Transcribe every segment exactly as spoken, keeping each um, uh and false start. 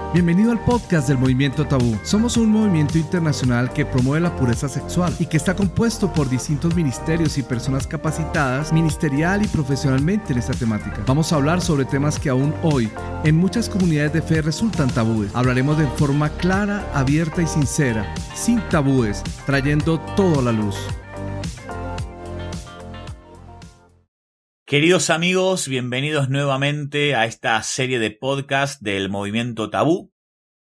Bienvenido al podcast del Movimiento Tabú. Somos un movimiento internacional que promueve la pureza sexual y que está compuesto por distintos ministerios y personas capacitadas ministerial y profesionalmente en esta temática. Vamos a hablar sobre temas que aún hoy en muchas comunidades de fe resultan tabúes. Hablaremos de forma clara, abierta y sincera, sin tabúes, trayendo todo a la luz. Queridos amigos, bienvenidos nuevamente a esta serie de podcast del Movimiento Tabú.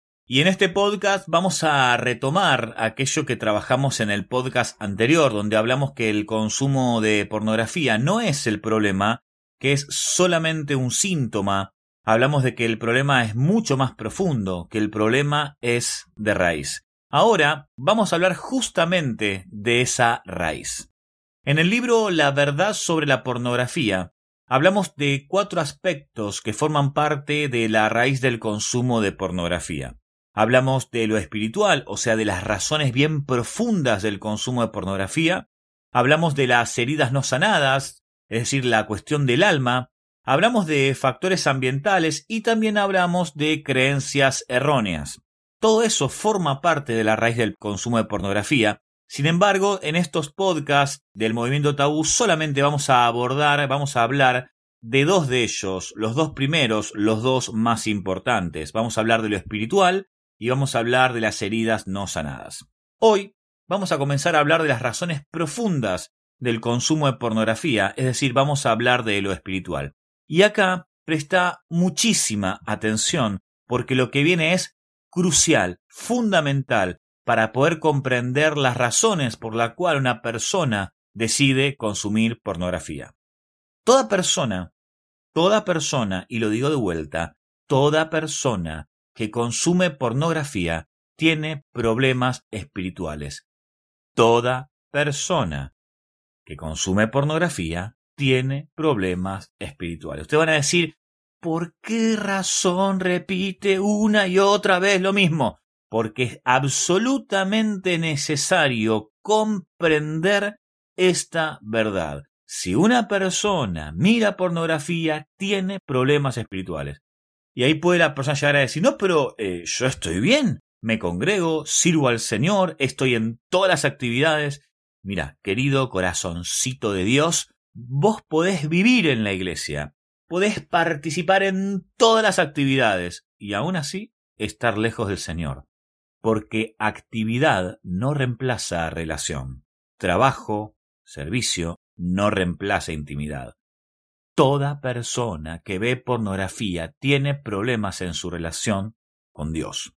Y en este podcast vamos a retomar aquello que trabajamos en el podcast anterior, donde hablamos que el consumo de pornografía no es el problema, que es solamente un síntoma. Hablamos de que el problema es mucho más profundo, que el problema es de raíz. Ahora vamos a hablar justamente de esa raíz. En el libro La verdad sobre la pornografía, hablamos de cuatro aspectos que forman parte de la raíz del consumo de pornografía. Hablamos de lo espiritual, o sea, de las razones bien profundas del consumo de pornografía. Hablamos de las heridas no sanadas, es decir, la cuestión del alma. Hablamos de factores ambientales y también hablamos de creencias erróneas. Todo eso forma parte de la raíz del consumo de pornografía. Sin embargo, en estos podcasts del Movimiento Tabú solamente vamos a abordar, vamos a hablar de dos de ellos, los dos primeros, los dos más importantes. Vamos a hablar de lo espiritual y vamos a hablar de las heridas no sanadas. Hoy vamos a comenzar a hablar de las razones profundas del consumo de pornografía, es decir, vamos a hablar de lo espiritual. Y acá presta muchísima atención porque lo que viene es crucial, fundamental, para poder comprender las razones por las cuales una persona decide consumir pornografía. Toda persona, toda persona, y lo digo de vuelta, toda persona que consume pornografía tiene problemas espirituales. Toda persona que consume pornografía tiene problemas espirituales. Ustedes van a decir, ¿por qué razón repite una y otra vez lo mismo? Porque es absolutamente necesario comprender esta verdad. Si una persona mira pornografía, tiene problemas espirituales. Y ahí puede la persona llegar a decir, no, pero eh, yo estoy bien, me congrego, sirvo al Señor, estoy en todas las actividades. Mira, querido corazoncito de Dios, vos podés vivir en la iglesia, podés participar en todas las actividades y aún así estar lejos del Señor. Porque actividad no reemplaza relación. Trabajo, servicio, no reemplaza intimidad. Toda persona que ve pornografía tiene problemas en su relación con Dios.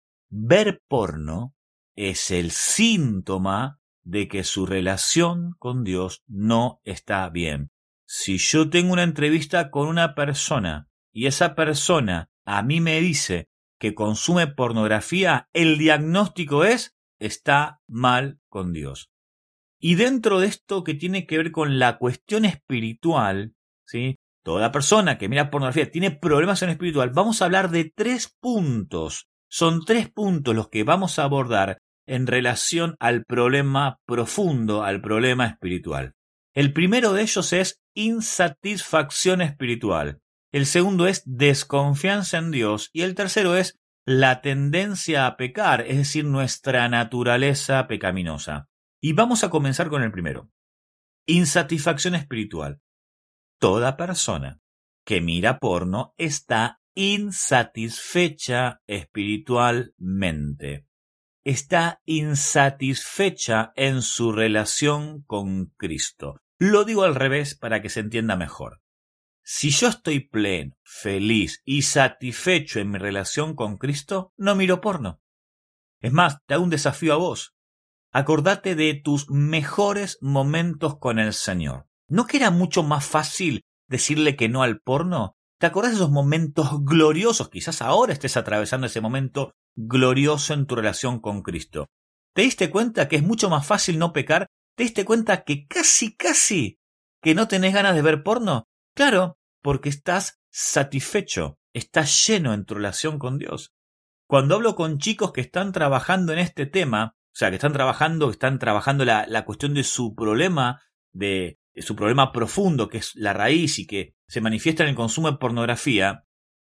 Ver porno es el síntoma de que su relación con Dios no está bien. Si yo tengo una entrevista con una persona y esa persona a mí me dice que consume pornografía, el diagnóstico es, está mal con Dios. Y dentro de esto que tiene que ver con la cuestión espiritual, ¿sí? Toda persona que mira pornografía tiene problemas en lo espiritual. Vamos a hablar de tres puntos. Son tres puntos los que vamos a abordar en relación al problema profundo, al problema espiritual. El primero de ellos es insatisfacción espiritual. El segundo es desconfianza en Dios y el tercero es la tendencia a pecar, es decir, nuestra naturaleza pecaminosa. Y vamos a comenzar con el primero. Insatisfacción espiritual. Toda persona que mira porno está insatisfecha espiritualmente. Está insatisfecha en su relación con Cristo. Lo digo al revés para que se entienda mejor. Si yo estoy pleno, feliz y satisfecho en mi relación con Cristo, no miro porno. Es más, te hago un desafío a vos. Acordate de tus mejores momentos con el Señor. ¿No que era mucho más fácil decirle que no al porno? ¿Te acordás de esos momentos gloriosos? Quizás ahora estés atravesando ese momento glorioso en tu relación con Cristo. ¿Te diste cuenta que es mucho más fácil no pecar? ¿Te diste cuenta que casi, casi que no tenés ganas de ver porno? Claro, porque estás satisfecho, estás lleno en tu relación con Dios. Cuando hablo con chicos que están trabajando en este tema, o sea, que están trabajando, que están trabajando la, la cuestión de su problema, de, de su problema profundo, que es la raíz y que se manifiesta en el consumo de pornografía,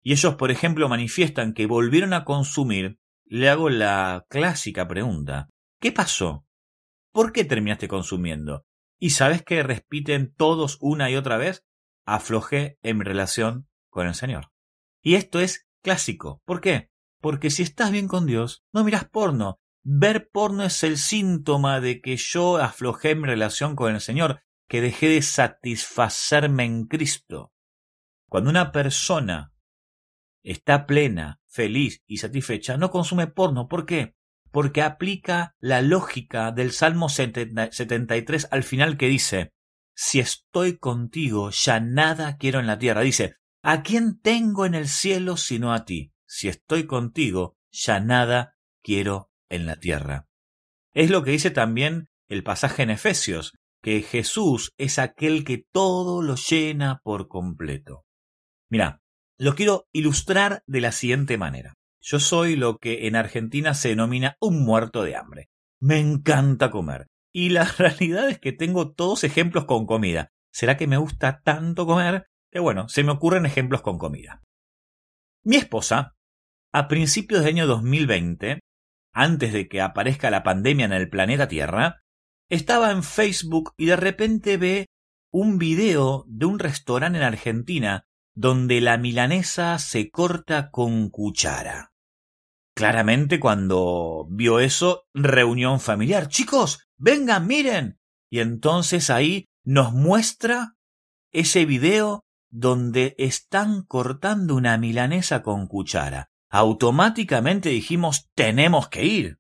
y ellos, por ejemplo, manifiestan que volvieron a consumir, le hago la clásica pregunta: ¿qué pasó? ¿Por qué terminaste consumiendo? ¿Y sabes qué repiten todos una y otra vez? Aflojé en mi relación con el Señor. Y esto es clásico. ¿Por qué? Porque si estás bien con Dios, no miras porno. Ver porno es el síntoma de que yo aflojé mi relación con el Señor, que dejé de satisfacerme en Cristo. Cuando una persona está plena, feliz y satisfecha, no consume porno. ¿Por qué? Porque aplica la lógica del Salmo setenta y tres al final, que dice: si estoy contigo, ya nada quiero en la tierra. Dice: ¿a quién tengo en el cielo sino a ti? Si estoy contigo, ya nada quiero en la tierra. Es lo que dice también el pasaje en Efesios, que Jesús es aquel que todo lo llena por completo. Mirá, lo quiero ilustrar de la siguiente manera. Yo soy lo que en Argentina se denomina un muerto de hambre. Me encanta comer. Y la realidad es que tengo todos ejemplos con comida. ¿Será que me gusta tanto comer? Que bueno, se me ocurren ejemplos con comida. Mi esposa, a principios del año dos mil veinte, antes de que aparezca la pandemia en el planeta Tierra, estaba en Facebook y de repente ve un video de un restaurante en Argentina donde la milanesa se corta con cuchara. Claramente, cuando vio eso, reunión familiar. Chicos, vengan, miren. Y entonces ahí nos muestra ese video donde están cortando una milanesa con cuchara. Automáticamente dijimos: tenemos que ir.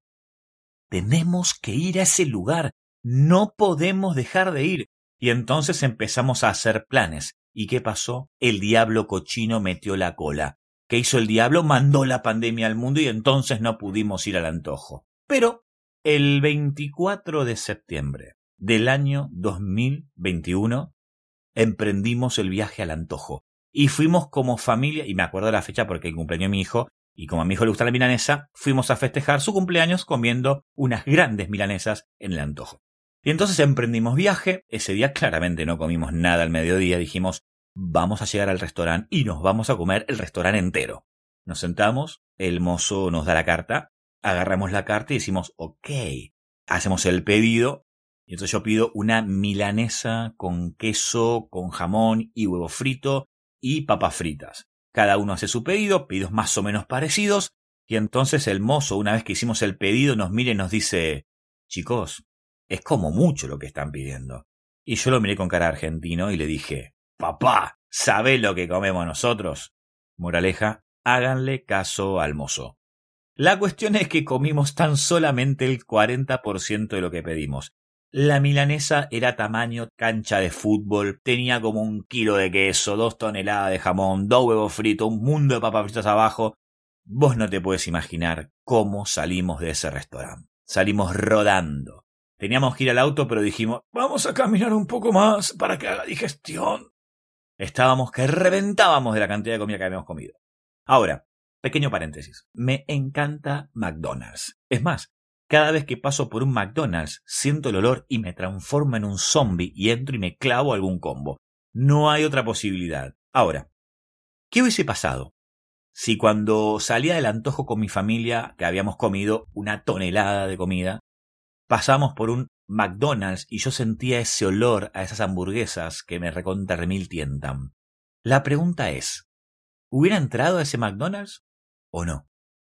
Tenemos que ir a ese lugar. No podemos dejar de ir. Y entonces empezamos a hacer planes. ¿Y qué pasó? El diablo cochino metió la cola. ¿Qué hizo el diablo? Mandó la pandemia al mundo y entonces no pudimos ir al antojo. Pero el veinticuatro de septiembre del año dos mil veintiuno emprendimos el viaje al antojo. Y fuimos como familia, y me acuerdo de la fecha porque cumpleaños mi hijo, y como a mi hijo le gusta la milanesa, fuimos a festejar su cumpleaños comiendo unas grandes milanesas en el antojo. Y entonces emprendimos viaje. Ese día claramente no comimos nada al mediodía. Dijimos: vamos a llegar al restaurante y nos vamos a comer el restaurante entero. Nos sentamos, el mozo nos da la carta, agarramos la carta y decimos: ok, hacemos el pedido. Y entonces yo pido una milanesa con queso, con jamón y huevo frito y papas fritas. Cada uno hace su pedido, pedidos más o menos parecidos, y entonces el mozo, una vez que hicimos el pedido, nos mira y nos dice: chicos, es como mucho lo que están pidiendo. Y yo lo miré con cara argentino y le dije: papá, ¿sabés lo que comemos nosotros? Moraleja: háganle caso al mozo. La cuestión es que comimos tan solamente el cuarenta por ciento de lo que pedimos. La milanesa era tamaño cancha de fútbol, tenía como un kilo de queso, dos toneladas de jamón, dos huevos fritos, un mundo de papas fritas abajo. Vos no te puedes imaginar cómo salimos de ese restaurante. Salimos rodando. Teníamos que ir al auto, pero dijimos: vamos a caminar un poco más para que haga digestión. Estábamos que reventábamos de la cantidad de comida que habíamos comido. Ahora, pequeño paréntesis. Me encanta McDonald's. Es más, cada vez que paso por un McDonald's, siento el olor y me transformo en un zombie y entro y me clavo algún combo. No hay otra posibilidad. Ahora, ¿qué hubiese pasado si cuando salía del antojo con mi familia, que habíamos comido una tonelada de comida, pasamos por un McDonald's y yo sentía ese olor a esas hamburguesas que me recontra remil tientan? La pregunta es: ¿hubiera entrado a ese McDonald's o no?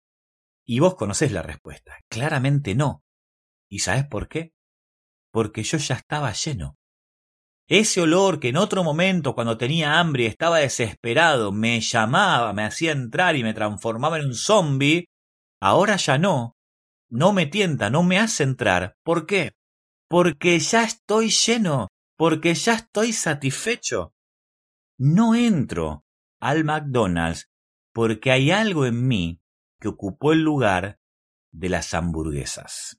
Y vos conocés la respuesta. Claramente no. ¿Y sabés por qué? Porque yo ya estaba lleno. Ese olor que en otro momento, cuando tenía hambre y estaba desesperado, me llamaba, me hacía entrar y me transformaba en un zombie, ahora ya no. No me tienta, no me hace entrar. ¿Por qué? Porque ya estoy lleno, porque ya estoy satisfecho. No entro al McDonald's porque hay algo en mí que ocupó el lugar de las hamburguesas.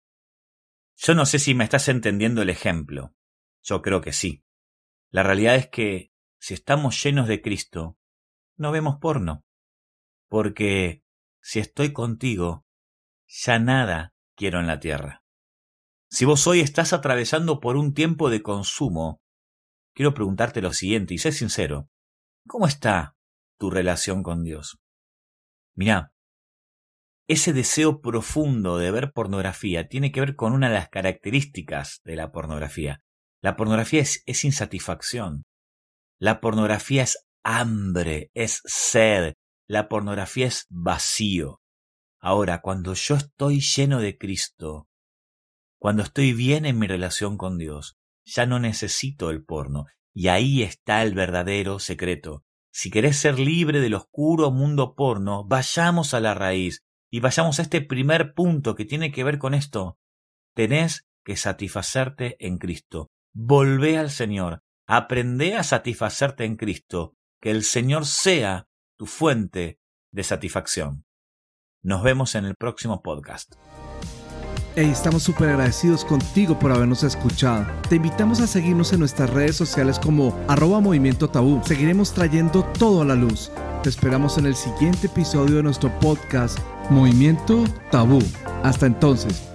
Yo no sé si me estás entendiendo el ejemplo. Yo creo que sí. La realidad es que si estamos llenos de Cristo, no vemos porno. Porque si estoy contigo, ya nada quiero en la tierra. Si vos hoy estás atravesando por un tiempo de consumo, quiero preguntarte lo siguiente, y sé sincero: ¿cómo está tu relación con Dios. Mirá, ese deseo profundo de ver pornografía tiene que ver con una de las características de la pornografía. La pornografía es, es insatisfacción. La pornografía es hambre, es sed. La pornografía es vacío. Ahora, cuando yo estoy lleno de Cristo, cuando estoy bien en mi relación con Dios, ya no necesito el porno. Y ahí está el verdadero secreto. Si querés ser libre del oscuro mundo porno, vayamos a la raíz. Y vayamos a este primer punto que tiene que ver con esto. Tenés que satisfacerte en Cristo. Volvé al Señor. Aprendé a satisfacerte en Cristo. Que el Señor sea tu fuente de satisfacción. Nos vemos en el próximo podcast. Hey, estamos súper agradecidos contigo por habernos escuchado. Te invitamos a seguirnos en nuestras redes sociales como arroba Movimiento Tabú. Seguiremos trayendo todo a la luz. Te esperamos en el siguiente episodio de nuestro podcast Movimiento Tabú. Hasta entonces.